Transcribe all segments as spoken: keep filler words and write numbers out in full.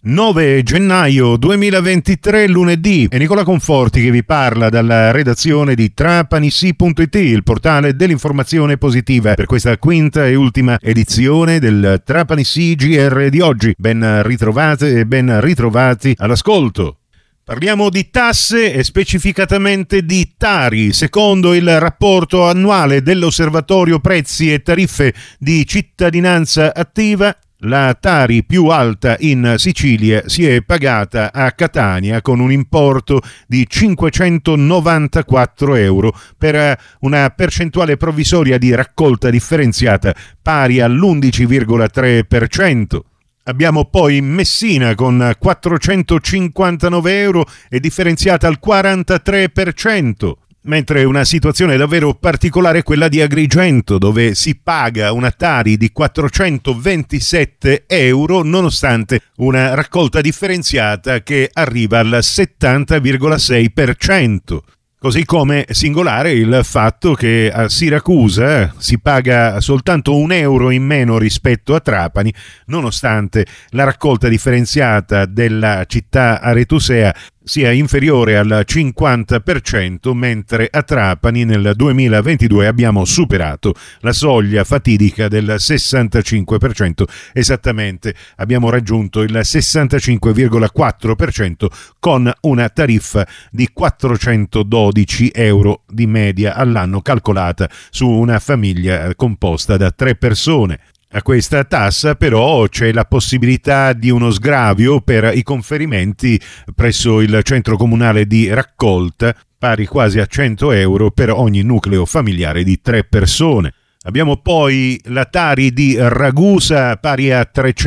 nove gennaio duemilaventitré, lunedì, è Nicola Conforti che vi parla dalla redazione di Trapanissi punto it, il portale dell'informazione positiva, per questa quinta e ultima edizione del Trapanissi G R di oggi. Ben ritrovate e ben ritrovati all'ascolto. Parliamo di tasse e specificatamente di Tari. Secondo il rapporto annuale dell'Osservatorio Prezzi e Tariffe di Cittadinanza Attiva, la Tari più alta in Sicilia si è pagata a Catania con un importo di cinquecentonovantaquattro euro per una percentuale provvisoria di raccolta differenziata pari all'undici virgola tre per cento. Abbiamo poi Messina con quattrocentocinquantanove euro e differenziata al quarantatré per cento. Mentre una situazione davvero particolare è quella di Agrigento, dove si paga una Tari di quattrocentoventisette euro nonostante una raccolta differenziata che arriva al settanta virgola sei per cento. Così come singolare il fatto che a Siracusa si paga soltanto un euro in meno rispetto a Trapani, nonostante la raccolta differenziata della città aretusea sia inferiore al cinquanta per cento, mentre a Trapani nel duemilaventidue abbiamo superato la soglia fatidica del sessantacinque per cento. Esattamente, abbiamo raggiunto il sessantacinque virgola quattro per cento con una tariffa di quattrocentododici euro di media all'anno, calcolata su una famiglia composta da tre persone. A questa tassa però c'è la possibilità di uno sgravio per i conferimenti presso il centro comunale di raccolta, pari quasi a cento euro per ogni nucleo familiare di tre persone. Abbiamo poi la Tari di Ragusa pari a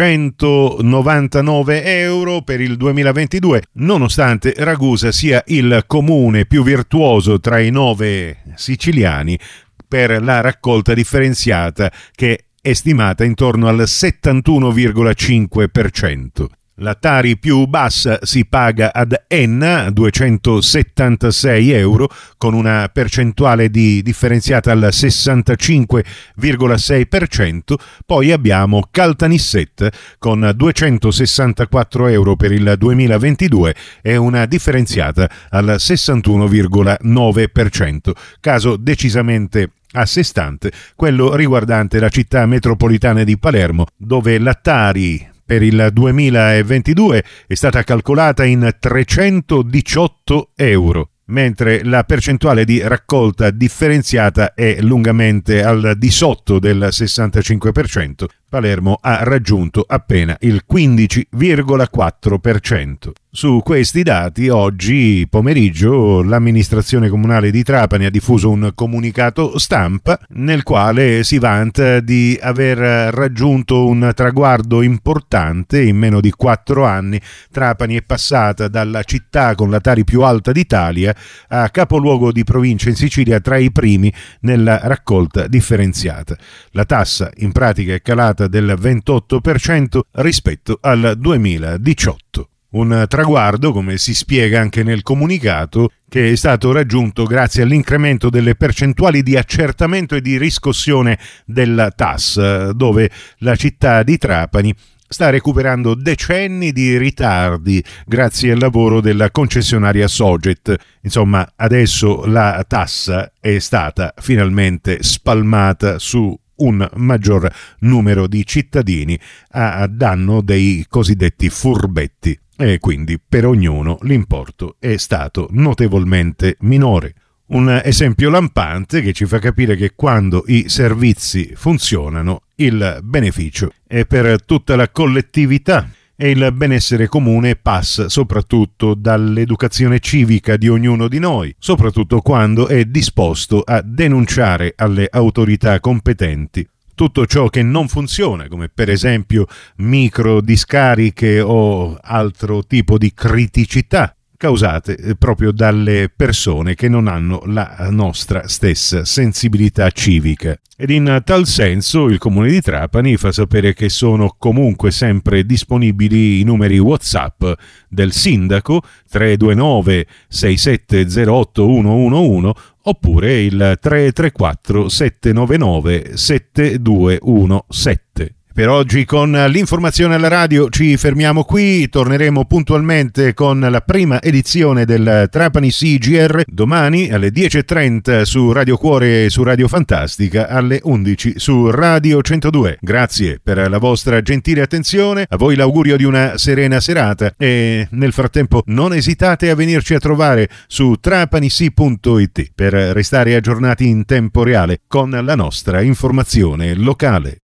trecentonovantanove euro per il duemilaventidue, nonostante Ragusa sia il comune più virtuoso tra i nove siciliani per la raccolta differenziata, che è stimata intorno al settantuno virgola cinque per cento. La Tari più bassa si paga ad Enna, duecentosettantasei euro, con una percentuale di differenziata al sessantacinque virgola sei per cento. Poi abbiamo Caltanissetta con duecentosessantaquattro euro per il duemilaventidue e una differenziata al sessantuno virgola nove per cento. Caso decisamente a sé stante quello riguardante la città metropolitana di Palermo, dove la Tari per il duemilaventidue è stata calcolata in trecentodiciotto euro, mentre la percentuale di raccolta differenziata è lungamente al di sotto del sessantacinque per cento. Palermo ha raggiunto appena il quindici virgola quattro per cento. Su questi dati, oggi pomeriggio, l'amministrazione comunale di Trapani ha diffuso un comunicato stampa nel quale si vanta di aver raggiunto un traguardo importante. In meno di quattro anni Trapani è passata dalla città con la Tari più alta d'Italia a capoluogo di provincia in Sicilia tra i primi nella raccolta differenziata. La tassa in pratica è calata del ventotto per cento rispetto al duemiladiciotto. Un traguardo, come si spiega anche nel comunicato, che è stato raggiunto grazie all'incremento delle percentuali di accertamento e di riscossione della tassa, dove la città di Trapani sta recuperando decenni di ritardi grazie al lavoro della concessionaria Soget. Insomma, adesso la tassa è stata finalmente spalmata su un maggior numero di cittadini a danno dei cosiddetti furbetti, e quindi per ognuno l'importo è stato notevolmente minore. Un esempio lampante che ci fa capire che quando i servizi funzionano il beneficio è per tutta la collettività e il benessere comune passa soprattutto dall'educazione civica di ognuno di noi, soprattutto quando è disposto a denunciare alle autorità competenti tutto ciò che non funziona, come per esempio micro discariche o altro tipo di criticità causate proprio dalle persone che non hanno la nostra stessa sensibilità civica. Ed in tal senso il Comune di Trapani fa sapere che sono comunque sempre disponibili i numeri WhatsApp del sindaco tre due nove sei sette zero otto uno uno uno oppure il tre tre quattro sette nove nove sette due uno sette. Per oggi con l'informazione alla radio ci fermiamo qui, torneremo puntualmente con la prima edizione del Trapani C G R domani alle dieci e trenta su Radio Cuore e su Radio Fantastica, alle undici su Radio centodue. Grazie per la vostra gentile attenzione, a voi l'augurio di una serena serata e nel frattempo non esitate a venirci a trovare su trapanic punto it per restare aggiornati in tempo reale con la nostra informazione locale.